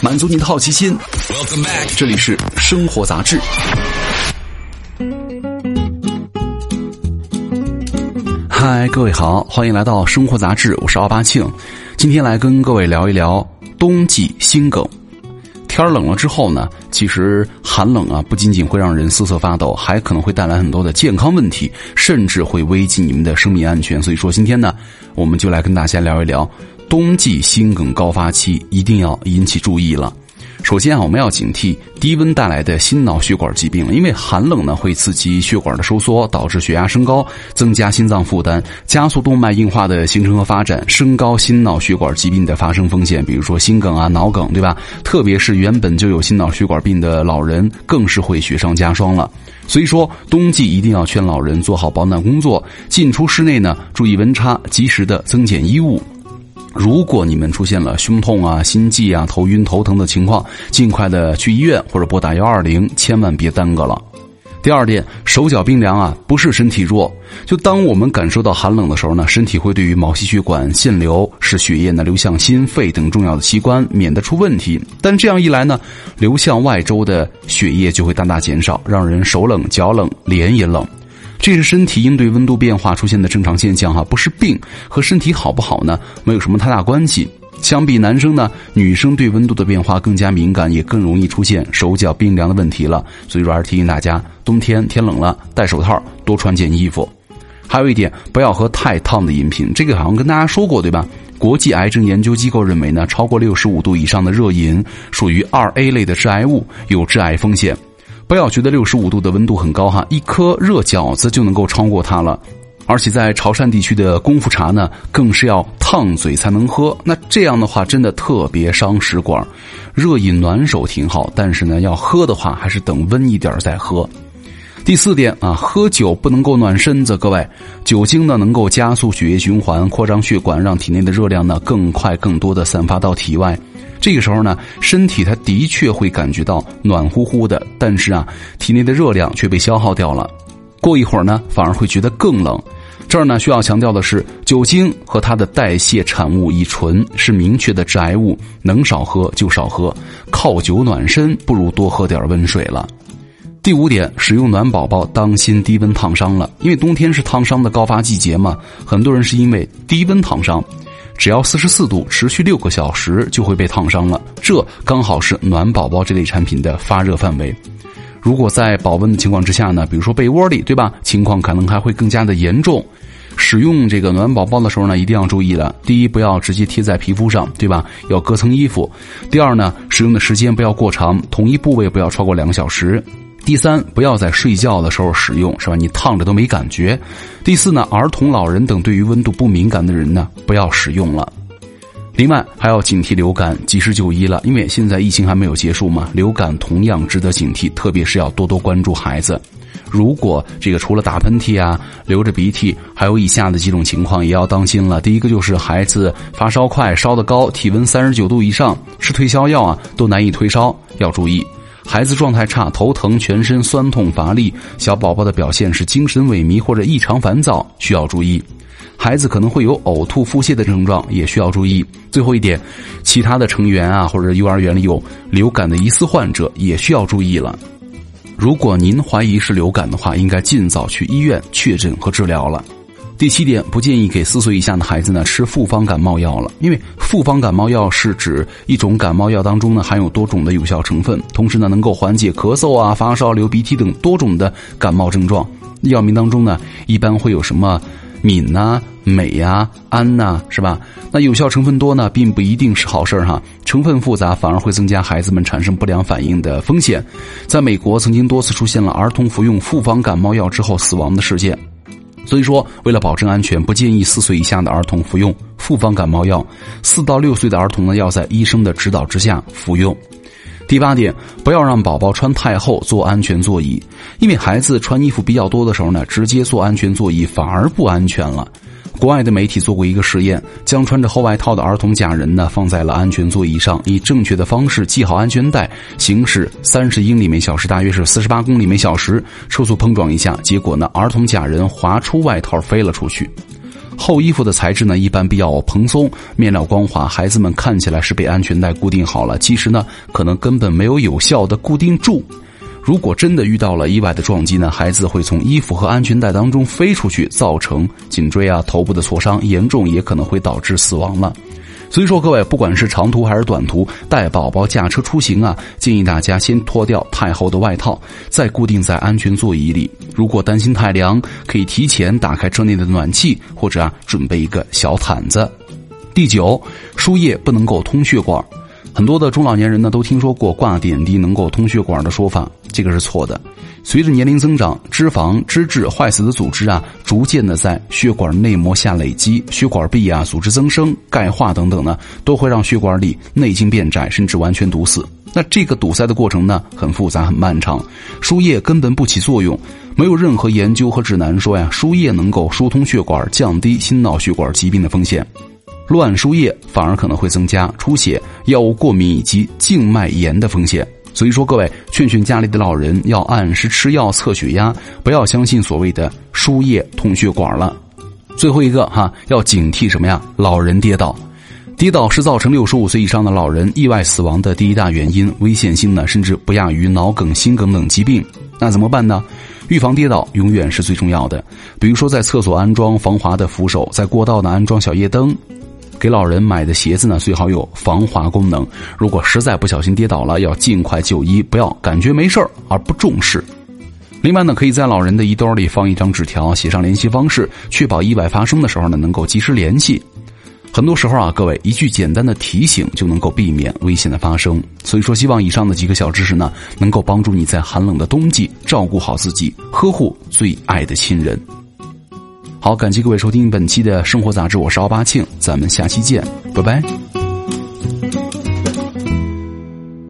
满足你的好奇心。这里是生活杂志。嗨，各位好，欢迎来到生活杂志，我是奥巴庆。今天来跟各位聊一聊冬季心梗。天冷了之后呢，其实寒冷啊，不仅仅会让人瑟瑟发抖，还可能会带来很多的健康问题，甚至会危及你们的生命安全。所以说今天呢，我们就来跟大家聊一聊冬季心梗高发期一定要引起注意了。首先啊，我们要警惕低温带来的心脑血管疾病，因为寒冷呢会刺激血管的收缩，导致血压升高，增加心脏负担，加速动脉硬化的形成和发展，升高心脑血管疾病的发生风险，比如说心梗啊、脑梗，对吧？特别是原本就有心脑血管病的老人，更是会雪上加霜了。所以说，冬季一定要劝老人做好保暖工作，进出室内呢注意温差，及时的增减衣物。如果你们出现了胸痛啊、心悸啊、头晕头疼的情况，尽快的去医院或者拨打120，千万别耽搁了。第二点，手脚冰凉啊，不是身体弱。就当我们感受到寒冷的时候呢，身体会对于毛细血管限流，使血液呢流向心肺等重要的器官，免得出问题。但这样一来呢，流向外周的血液就会大大减少，让人手冷、脚冷、脸也冷。这是身体应对温度变化出现的正常现象哈，不是病，和身体好不好呢没有什么太大关系。相比男生呢，女生对温度的变化更加敏感，也更容易出现手脚冰凉的问题了。所以说还是提醒大家，冬天天冷了，戴手套，多穿件衣服。还有一点，不要喝太烫的饮品，这个好像跟大家说过对吧？国际癌症研究机构认为呢，超过65度以上的热饮属于2A 类的致癌物，有致癌风险。不要觉得65度的温度很高哈，一颗热饺子就能够超过它了。而且在潮汕地区的功夫茶呢，更是要烫嘴才能喝，那这样的话真的特别伤食管。热饮暖手挺好，但是呢，要喝的话还是等温一点再喝。第四点啊，喝酒不能够暖身子，各位，酒精呢能够加速血液循环，扩张血管，让体内的热量呢更快更多的散发到体外。这个时候呢，身体它的确会感觉到暖乎乎的，但是啊，体内的热量却被消耗掉了。过一会儿呢，反而会觉得更冷。这儿呢，需要强调的是，酒精和它的代谢产物乙醇是明确的致癌物，能少喝就少喝，靠酒暖身不如多喝点温水了。第五点，使用暖宝宝当心低温烫伤了，因为冬天是烫伤的高发季节嘛，很多人是因为低温烫伤。只要44度持续6个小时就会被烫伤了，这刚好是暖宝宝这类产品的发热范围。如果在保温的情况之下呢，比如说被窝里，对吧？情况可能还会更加的严重。使用这个暖宝宝的时候呢，一定要注意了。第一，不要直接贴在皮肤上，对吧？要隔层衣服。第二呢，使用的时间不要过长，同一部位不要超过2个小时。第三，不要在睡觉的时候使用，是吧？你烫着都没感觉。第四呢，儿童、老人等对于温度不敏感的人呢，不要使用了。另外还要警惕流感，及时就医了，因为现在疫情还没有结束嘛，流感同样值得警惕，特别是要多多关注孩子。如果这个除了打喷嚏啊、流着鼻涕，还有以下的几种情况也要当心了。第一个就是孩子发烧快、烧得高，体温39度以上，吃退烧药啊都难以退烧，要注意。孩子状态差，头疼、全身酸痛乏力，小宝宝的表现是精神萎靡或者异常烦躁，需要注意。孩子可能会有呕吐、腹泻的症状，也需要注意。最后一点，其他的成员啊或者幼儿园里有流感的疑似患者，也需要注意了。如果您怀疑是流感的话，应该尽早去医院确诊和治疗了。第7点，不建议给4岁以下的孩子呢吃复方感冒药了，因为复方感冒药是指一种感冒药当中呢含有多种的有效成分，同时呢能够缓解咳嗽啊、发烧、流鼻涕等多种的感冒症状。药名当中呢一般会有什么敏啊、镁啊、氨啊，是吧？那有效成分多呢，并不一定是好事哈。成分复杂反而会增加孩子们产生不良反应的风险。在美国曾经多次出现了儿童服用复方感冒药之后死亡的事件。所以说，为了保证安全，不建议4岁以下的儿童服用复方感冒药。4到6岁的儿童呢，要在医生的指导之下服用。第8点，不要让宝宝穿太厚，坐安全座椅。因为孩子穿衣服比较多的时候呢，直接坐安全座椅反而不安全了。国外的媒体做过一个实验，将穿着厚外套的儿童假人呢放在了安全座椅上，以正确的方式系好安全带，行驶30英里每小时，大约是48公里每小时，车速碰撞一下，结果呢，儿童假人滑出外套飞了出去。 厚衣服的材质呢，一般比较蓬松，面料光滑，孩子们看起来是被安全带固定好了，其实呢，可能根本没有有效的固定住。如果真的遇到了意外的撞击呢，孩子会从衣服和安全带当中飞出去，造成颈椎头部的挫伤，严重也可能会导致死亡了。所以说各位，不管是长途还是短途，带宝宝驾车出行建议大家先脱掉太厚的外套，再固定在安全座椅里。如果担心太凉，可以提前打开车内的暖气，或者准备一个小毯子。第9，输液不能够通血管。很多的中老年人呢都听说过挂点滴能够通血管的说法，这个是错的。随着年龄增长，脂肪、脂质、坏死的组织逐渐的在血管内膜下累积，血管壁组织增生、钙化等等呢，都会让血管里内径变窄，甚至完全堵死。那这个堵塞的过程呢，很复杂很漫长，输液根本不起作用。没有任何研究和指南说输液能够疏通血管，降低心脑血管疾病的风险。乱输液反而可能会增加出血、药物过敏以及静脉炎的风险。所以说各位，劝家里的老人要按时吃药测血压，不要相信所谓的输液通血管了。最后一个要警惕什么老人跌倒。跌倒是造成65岁以上的老人意外死亡的第一大原因，危险性呢甚至不亚于脑梗、心梗等疾病。那怎么办呢？预防跌倒永远是最重要的。比如说在厕所安装防滑的扶手，在过道呢安装小夜灯。给老人买的鞋子呢，最好有防滑功能。如果实在不小心跌倒了，要尽快就医，不要感觉没事儿而不重视。另外呢，可以在老人的衣兜里放一张纸条，写上联系方式，确保意外发生的时候呢，能够及时联系。很多时候各位一句简单的提醒就能够避免危险的发生。所以说，希望以上的几个小知识呢，能够帮助你在寒冷的冬季照顾好自己，呵护最爱的亲人。好，感谢各位收听本期的生活杂志，我是奥巴庆，咱们下期见，拜拜。